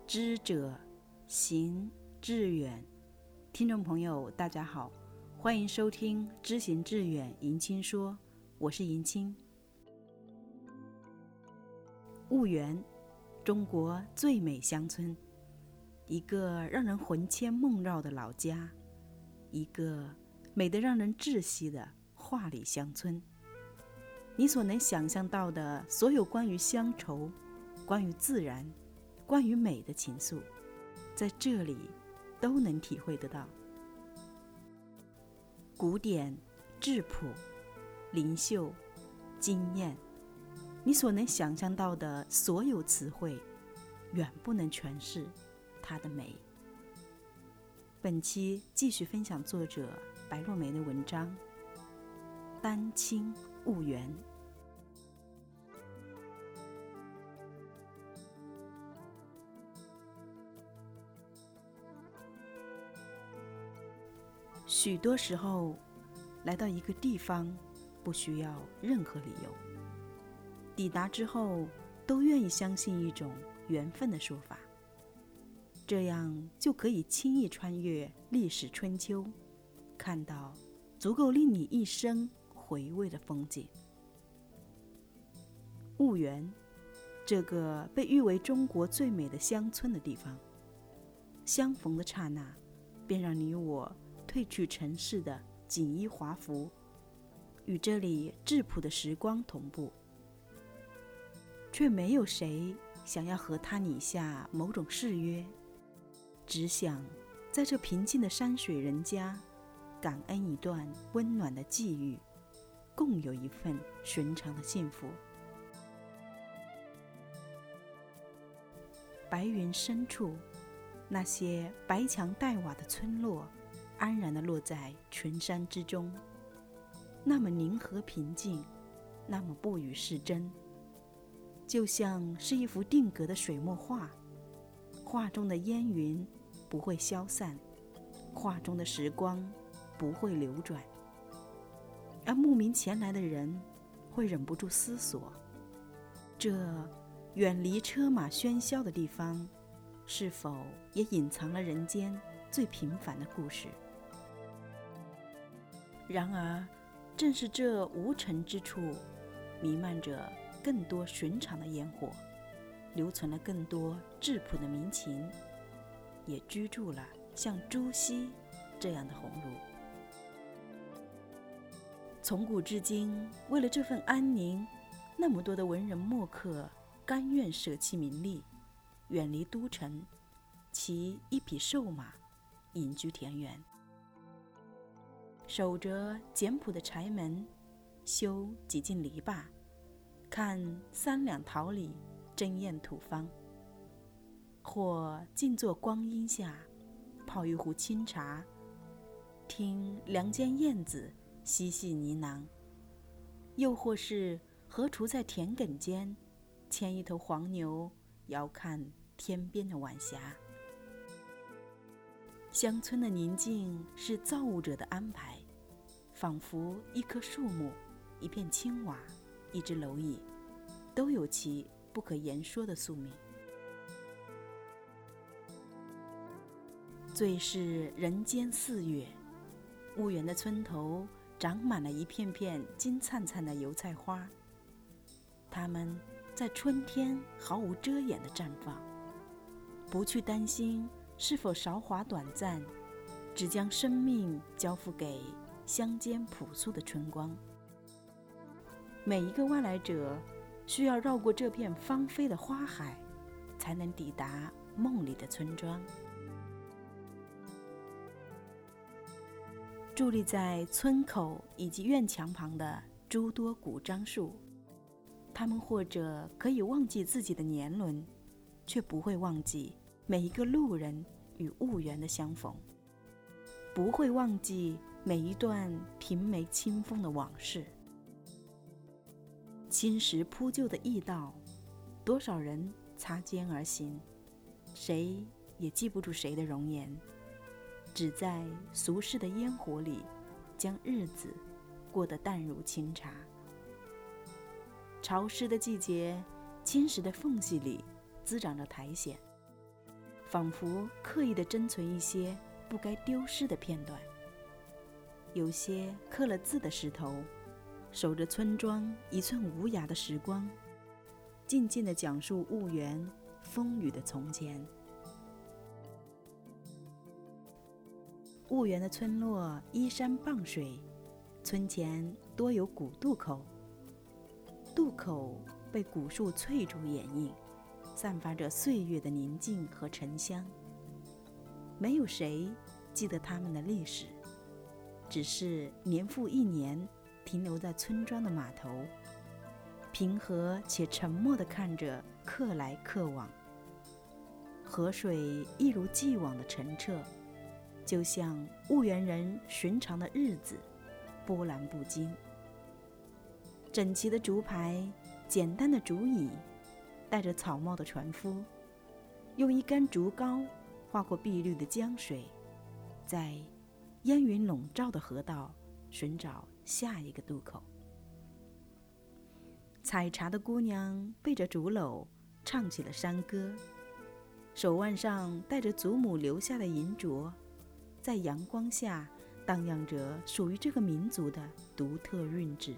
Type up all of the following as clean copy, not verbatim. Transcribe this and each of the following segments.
知者行致远。听众朋友大家好，欢迎收听知行致远迎亲说，我是迎亲。婺源，中国最美乡村，一个让人魂牵梦绕的老家，一个美得让人窒息的画里乡村。你所能想象到的所有关于乡愁、关于自然、关于美的情愫，在这里都能体会得到。古典、质朴、灵秀、惊艳，你所能想象到的所有词汇，远不能诠释它的美。本期继续分享作者白落梅的文章《丹青婺源》。许多时候，来到一个地方，不需要任何理由。抵达之后，都愿意相信一种缘分的说法，这样就可以轻易穿越历史春秋，看到足够令你一生回味的风景。婺源，这个被誉为中国最美的乡村的地方，相逢的刹那，便让你我褪去尘世的锦衣华服，与这里质朴的时光同步，却没有谁想要和它拟下某种誓约，只想在这平静的山水人家，感恩一段温暖的际遇，共有一份寻常的幸福。白云深处，那些白墙黛瓦的村落，安然地落在群山之中，那么宁和平静，那么不与世争，就像是一幅定格的水墨画，画中的烟云不会消散，画中的时光不会流转，而慕名前来的人会忍不住思索，这远离车马喧嚣的地方，是否也隐藏了人间最平凡的故事？然而，正是这无尘之处，弥漫着更多寻常的烟火，留存了更多质朴的民情，也居住了像朱熹这样的鸿儒。从古至今，为了这份安宁，那么多的文人墨客甘愿舍弃名利，远离都城，骑一匹瘦马，隐居田园，守着简朴的柴门，修几径篱笆，看3两桃李，争艳土方，或静坐光阴下，泡一壶清茶，听梁间燕子嬉戏呢喃，又或是踱蹰在田埂间，牵一头黄牛，遥看天边的晚霞。乡村的宁静是造物者的安排，仿佛一棵树木，一片青瓦，一只蝼蚁，都有其不可言说的宿命。最是人间四月，婺源的村头长满了一片片金灿灿的油菜花，它们在春天毫无遮掩地绽放，不去担心是否韶华短暂，只将生命交付给乡间朴素的春光。每一个外来者需要绕过这片芳菲的花海，才能抵达梦里的村庄。伫立在村口以及院墙旁的诸多古樟树，他们或者可以忘记自己的年轮，却不会忘记每一个路人与婺源的相逢，不会忘记每一段平眉清风的往事。青石铺就的驿道，多少人擦肩而行，谁也记不住谁的容颜，只在俗世的烟火里，将日子过得淡如清茶。潮湿的季节，青石的缝隙里滋长着苔藓， 仿佛刻意地珍存一些不该丢失的片段。有些刻了字的石头，守着村庄一寸无涯的时光，静静地讲述婺源风雨的从前。婺源的村落依山傍水，村前多有古渡口，渡口被古树翠竹掩映，散发着岁月的宁静和沉香。没有谁记得他们的历史，只是年复一年停留在村庄的码头，平和且沉默地看着客来客往。河水一如既往的澄澈，就像婺源人寻常的日子，波澜不惊。整齐的竹排，简单的竹椅，戴着草帽的船夫，用一竿竹篙划过碧绿的江水，在烟云笼罩的河道寻找下一个渡口。采茶的姑娘背着竹篓唱起了山歌，手腕上戴着祖母留下的银镯，在阳光下荡漾着属于这个民族的独特韵致。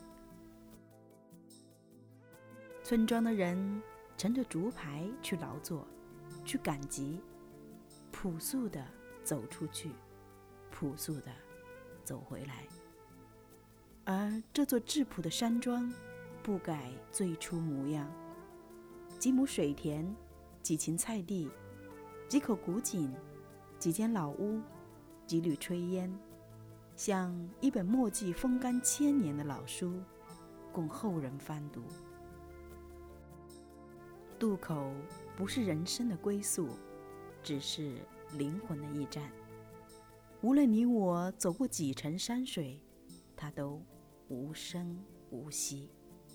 村庄的人乘着竹排去劳作，去赶集，朴素地走出去，朴素地走回来。而这座质朴的山庄不改最初模样，几亩水田，几顷菜地，几口古井，几间老屋，几缕炊烟，像一本墨迹风干千年的老书，供后人翻读。渡口不是人生的归宿，只是灵魂的驿站。无论你我走过几程山水，它都无声无息。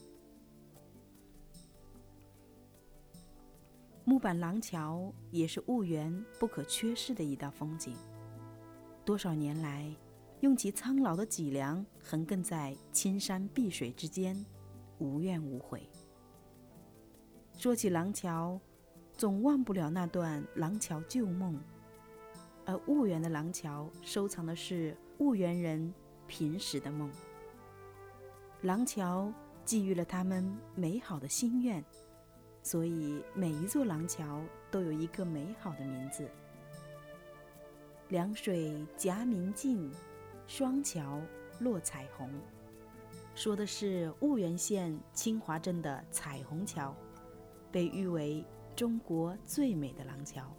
木板廊桥也是婺源不可缺失的一道风景。多少年来，用其苍老的脊梁横亘在青山碧水之间，无怨无悔。说起廊桥，总忘不了那段廊桥旧梦，而婺源的廊桥收藏的是婺源人平时的梦。廊桥寄予了他们美好的心愿，所以每一座廊桥都有一个美好的名字。凉水夹明镜，双桥落彩虹，说的是婺源县清华镇的彩虹桥，被誉为中国最美的廊桥。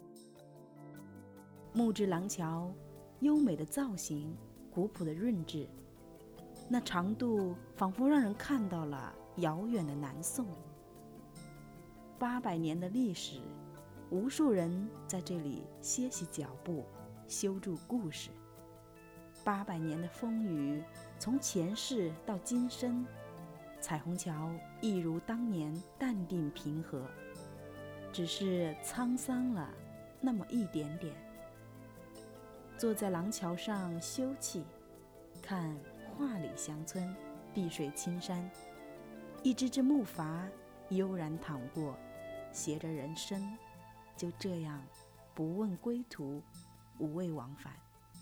木质廊桥优美的造型，古朴的润质，那长度仿佛让人看到了遥远的南宋。800年的历史，无数人在这里歇息脚步，修筑故事。800年的风雨，从前世到今生，彩虹桥一如当年淡定平和，只是沧桑了那么一点点。坐在廊桥上休憩，看画里乡村，碧水青山，一只只木筏悠然淌过，携着人生，就这样不问归途，无畏往返。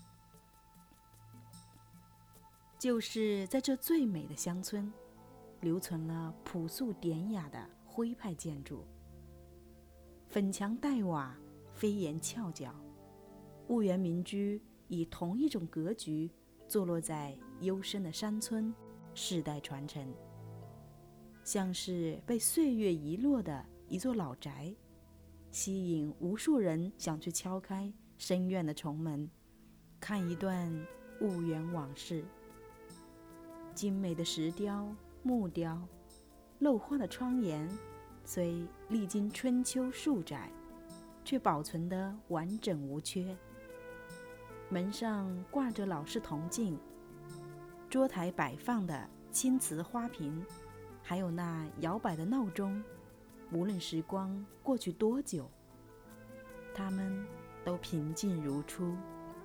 就是在这最美的乡村，留存了朴素典雅的徽派建筑，粉墙黛瓦，飞檐翘角。婺源民居以同一种格局坐落在幽深的山村，世代传承，像是被岁月遗落的一座老宅，吸引无数人想去敲开深院的重门，看一段婺源往事。精美的石雕、木雕，镂花的窗檐，虽历经春秋数载，却保存得完整无缺。门上挂着老式铜镜，桌台摆放的青瓷花瓶，还有那摇摆的闹钟，无论时光过去多久，它们都平静如初。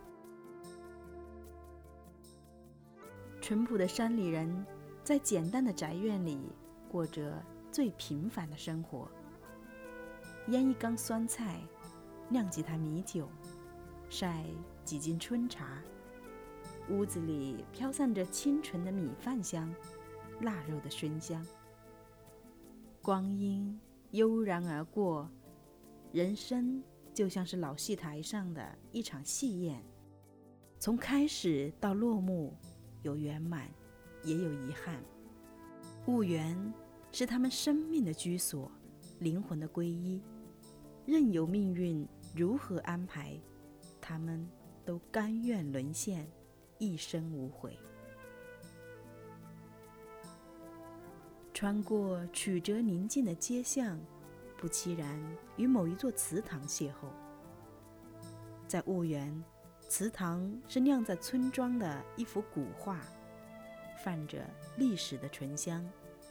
淳朴的山里人在简单的宅院里过着最平凡的生活，腌一缸酸菜， 酿几坛米酒，晒几斤春茶，屋子里飘散着清纯的米饭香，腊肉的熏香。光阴悠然而过，人生就像是老戏台上的一场戏宴，从开始到落幕，有圆满，也有遗憾。婺源是他们生命的居所，灵魂的皈依，任由命运如何安排，他们都甘愿沦陷，一生无悔。穿过曲折宁静的街巷，不期然与某一座祠堂邂逅。在婺源，祠堂是酿在村庄的一幅古画，泛着历史的醇香。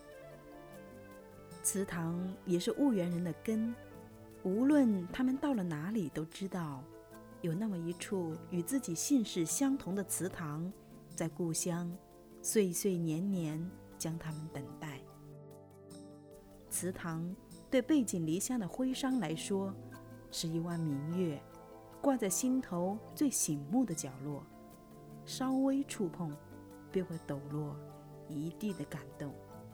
祠堂也是婺源人的根，无论他们到了哪里，都知道有那么一处与自己姓氏相同的祠堂，在故乡岁岁年年将他们等待。祠堂对背井离乡的徽商来说，是一弯明月，挂在心头最醒目的角落，稍微触碰便会抖落一地的感动。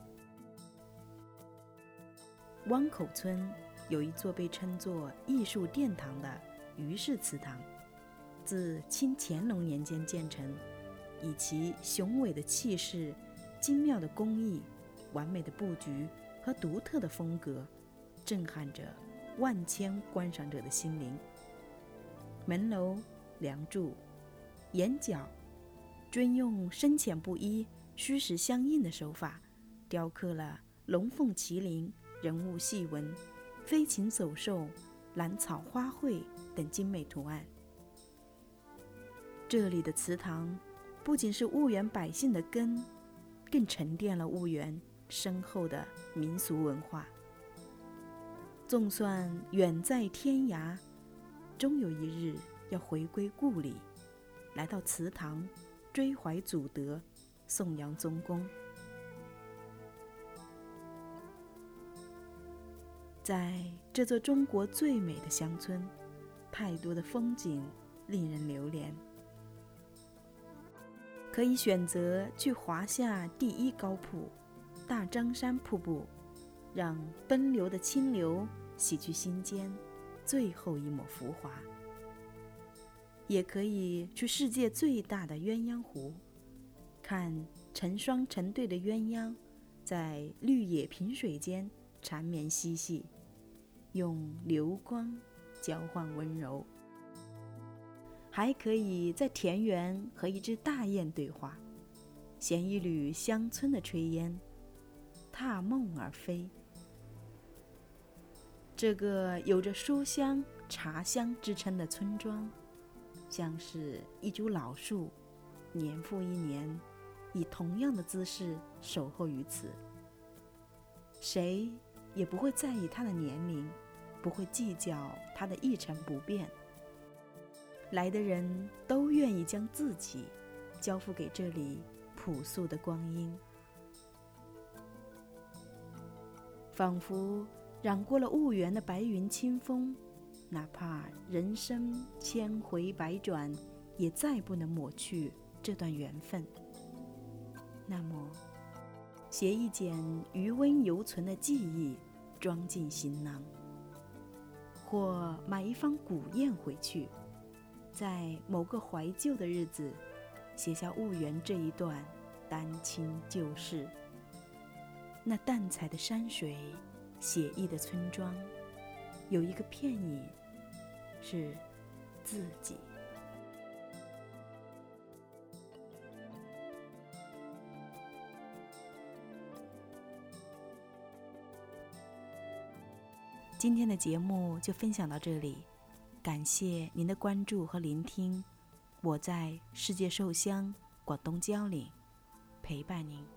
汪口村有一座被称作艺术殿堂的余氏祠堂，自清乾隆年间建成，以其雄伟的气势、精妙的工艺、完美的布局和独特的风格，震撼着万千观赏者的心灵。门楼、梁柱、檐角均用深浅不一、虚实相应的手法雕刻了龙凤麒麟、人物细纹、飞禽走兽、兰草花卉等精美图案。这里的祠堂不仅是婺源百姓的根，更沉淀了婺源深厚的民俗文化。纵算远在天涯，终有一日要回归故里，来到祠堂追怀祖德，颂扬宗公。在这座中国最美的乡村，太多的风景令人流连。可以选择去华夏第一高瀑大张山瀑布，让奔流的清流洗去心间最后一抹浮华；也可以去世界最大的鸳鸯湖，看成双成对的鸳鸯在绿野萍水间缠绵嬉戏，用流光交换温柔。还可以在田园和一只大雁对话，衔一缕乡村的炊烟，踏梦而飞。这个有着书香、茶香之称的村庄，像是一株老树，年复一年，以同样的姿势守候于此。谁也不会在意它的年龄，不会计较它的一成不变。来的人都愿意将自己交付给这里朴素的光阴，仿佛染过了婺源的白云清风，哪怕人生千回百转，也再不能抹去这段缘分。那么，携一剪余温犹存的记忆装进行囊，或买一方古砚回去，在某个怀旧的日子，写下婺源这一段丹青旧事。那淡彩的山水，写意的村庄，有一个片影，是自己。今天的节目就分享到这里，感谢您的关注和聆听。我在世界寿乡广东蕉岭陪伴您。